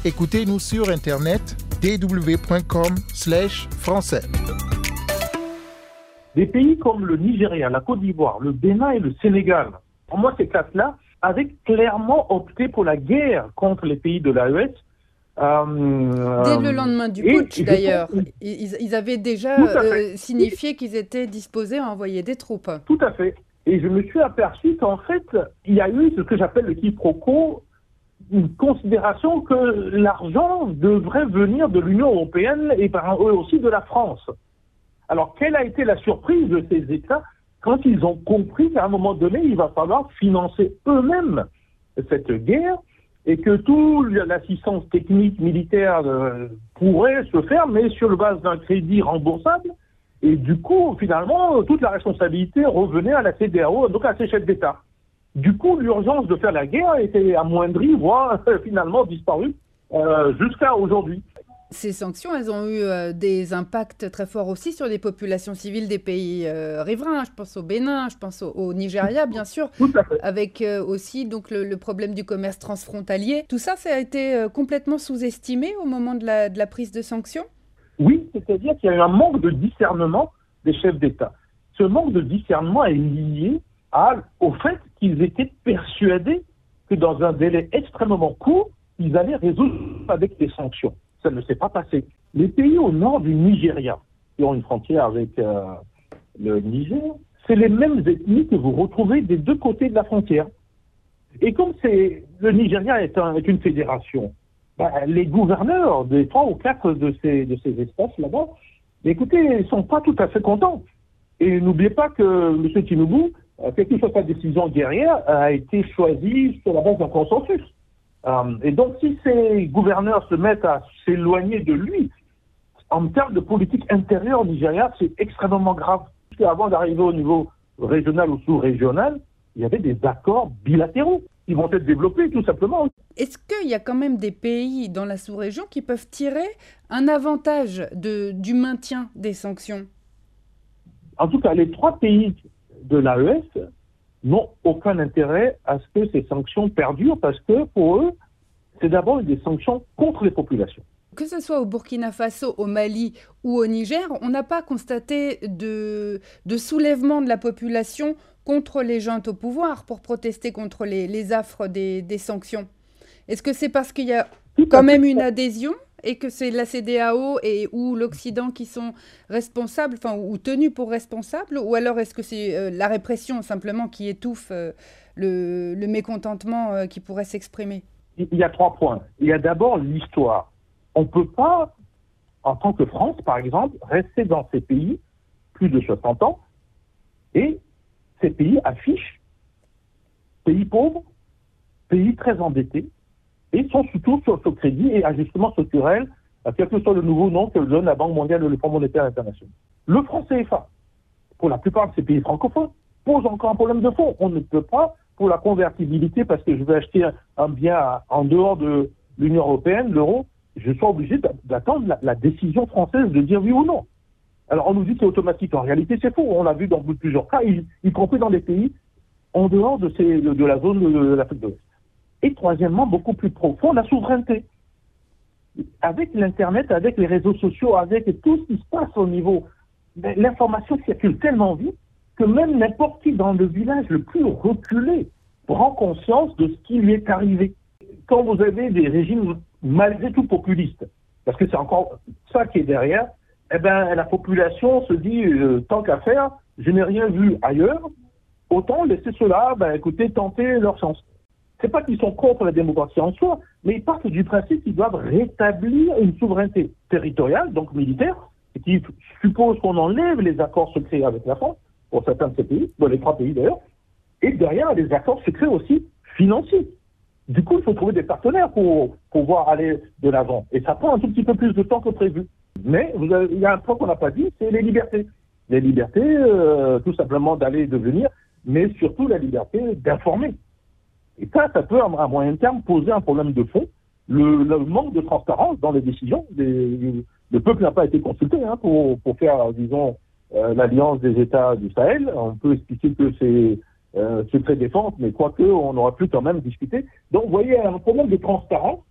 Écoutez-nous sur Internet dw.com/français. Des pays comme le Nigeria, la Côte d'Ivoire, le Bénin et le Sénégal, pour moi, ces quatre-là avaient clairement opté pour la guerre contre les pays de l'AES. Dès le lendemain du putsch, d'ailleurs, ils avaient déjà signifié qu'ils étaient disposés à envoyer des troupes. Tout à fait. Et je me suis aperçu qu'en fait, il y a eu ce que j'appelle le quiproquo, une considération que l'argent devrait venir de l'Union européenne et par eux aussi de la France. Alors, quelle a été la surprise de ces États quand ils ont compris qu'à un moment donné, il va falloir financer eux-mêmes cette guerre et que toute l'assistance technique militaire pourrait se faire, mais sur le base d'un crédit remboursable. Et du coup, finalement, toute la responsabilité revenait à la CEDEAO, donc à ces chefs d'État. Du coup, l'urgence de faire la guerre était amoindrie, voire finalement disparue jusqu'à aujourd'hui. Ces sanctions, elles ont eu des impacts très forts aussi sur les populations civiles des pays riverains. Je pense au Bénin, je pense au Nigeria, bien sûr, avec aussi donc, le problème du commerce transfrontalier. Tout ça, ça a été complètement sous-estimé au moment de la prise de sanctions? Oui, c'est-à-dire qu'il y a eu un manque de discernement des chefs d'État. Ce manque de discernement est lié au fait qu'ils étaient persuadés que dans un délai extrêmement court, ils allaient résoudre avec des sanctions. Ça ne s'est pas passé. Les pays au nord du Nigeria, qui ont une frontière avec le Niger, c'est les mêmes ethnies que vous retrouvez des deux côtés de la frontière. Et comme le Nigeria est une fédération, les gouverneurs des 3 ou 4 de ces espaces là-bas, écoutez, ils ne sont pas tout à fait contents. Et n'oubliez pas que M. Tinubu, quelle que soit sa décision guerrière, a été choisi sur la base d'un consensus. Et donc, si ces gouverneurs se mettent à s'éloigner de lui, en termes de politique intérieure au Nigeria, c'est extrêmement grave. Parce qu'avant d'arriver au niveau régional ou sous-régional, il y avait des accords bilatéraux qui vont être développés, tout simplement. Est-ce qu'il y a quand même des pays dans la sous-région qui peuvent tirer un avantage du maintien des sanctions? En tout cas, les 3 pays de l'AES n'ont aucun intérêt à ce que ces sanctions perdurent parce que pour eux, c'est d'abord des sanctions contre les populations. Que ce soit au Burkina Faso, au Mali ou au Niger, on n'a pas constaté de soulèvement de la population contre les juntes au pouvoir pour protester contre les affres des sanctions. Est-ce que c'est parce qu'il y a quand même une adhésion et que c'est la CEDEAO ou l'Occident qui sont responsables, ou tenus pour responsables, ou alors est-ce que c'est la répression simplement qui étouffe le mécontentement qui pourrait s'exprimer? Il y a 3 points. Il y a d'abord l'histoire. On ne peut pas, en tant que France, par exemple, rester dans ces pays plus de 60 ans et ces pays affichent pays pauvres, pays très endettés, et sont surtout sur ce crédit et ajustement structurel, quel que soit le nouveau nom que donne la Banque mondiale et le Fonds monétaire international. Le franc CFA, pour la plupart de ces pays francophones, pose encore un problème de fond. On ne peut pas, pour la convertibilité, parce que je vais acheter un bien en dehors de l'Union européenne, l'euro, je suis obligé d'attendre la décision française de dire oui ou non. Alors on nous dit que c'est automatique. En réalité, c'est faux. On l'a vu dans plusieurs cas, y compris dans des pays en dehors de la zone de l'Afrique de l'Ouest. Et troisièmement, beaucoup plus profond, la souveraineté. Avec l'Internet, avec les réseaux sociaux, avec tout ce qui se passe au niveau... L'information circule tellement vite que même n'importe qui dans le village le plus reculé prend conscience de ce qui lui est arrivé. Quand vous avez des régimes malgré tout populistes, parce que c'est encore ça qui est derrière, la population se dit, tant qu'à faire, je n'ai rien vu ailleurs, autant laisser cela, tenter leur chance. C'est pas qu'ils sont contre la démocratie en soi, mais ils partent du principe qu'ils doivent rétablir une souveraineté territoriale, donc militaire, et qui suppose qu'on enlève les accords secrets avec la France, pour certains de ces pays, les 3 pays d'ailleurs, et derrière les accords secrets aussi financiers. Du coup, il faut trouver des partenaires pour pouvoir aller de l'avant. Et ça prend un tout petit peu plus de temps que prévu. Mais il y a un point qu'on n'a pas dit, c'est les libertés. Les libertés, tout simplement d'aller et de venir, mais surtout la liberté d'informer. Et ça peut, à moyen terme, poser un problème de fond. Le manque de transparence dans les décisions. Le peuple n'a pas été consulté pour faire, disons, l'alliance des États du Sahel. On peut expliquer que c'est secret défense, mais quoique, on aurait pu quand même discuter. Donc, vous voyez, un problème de transparence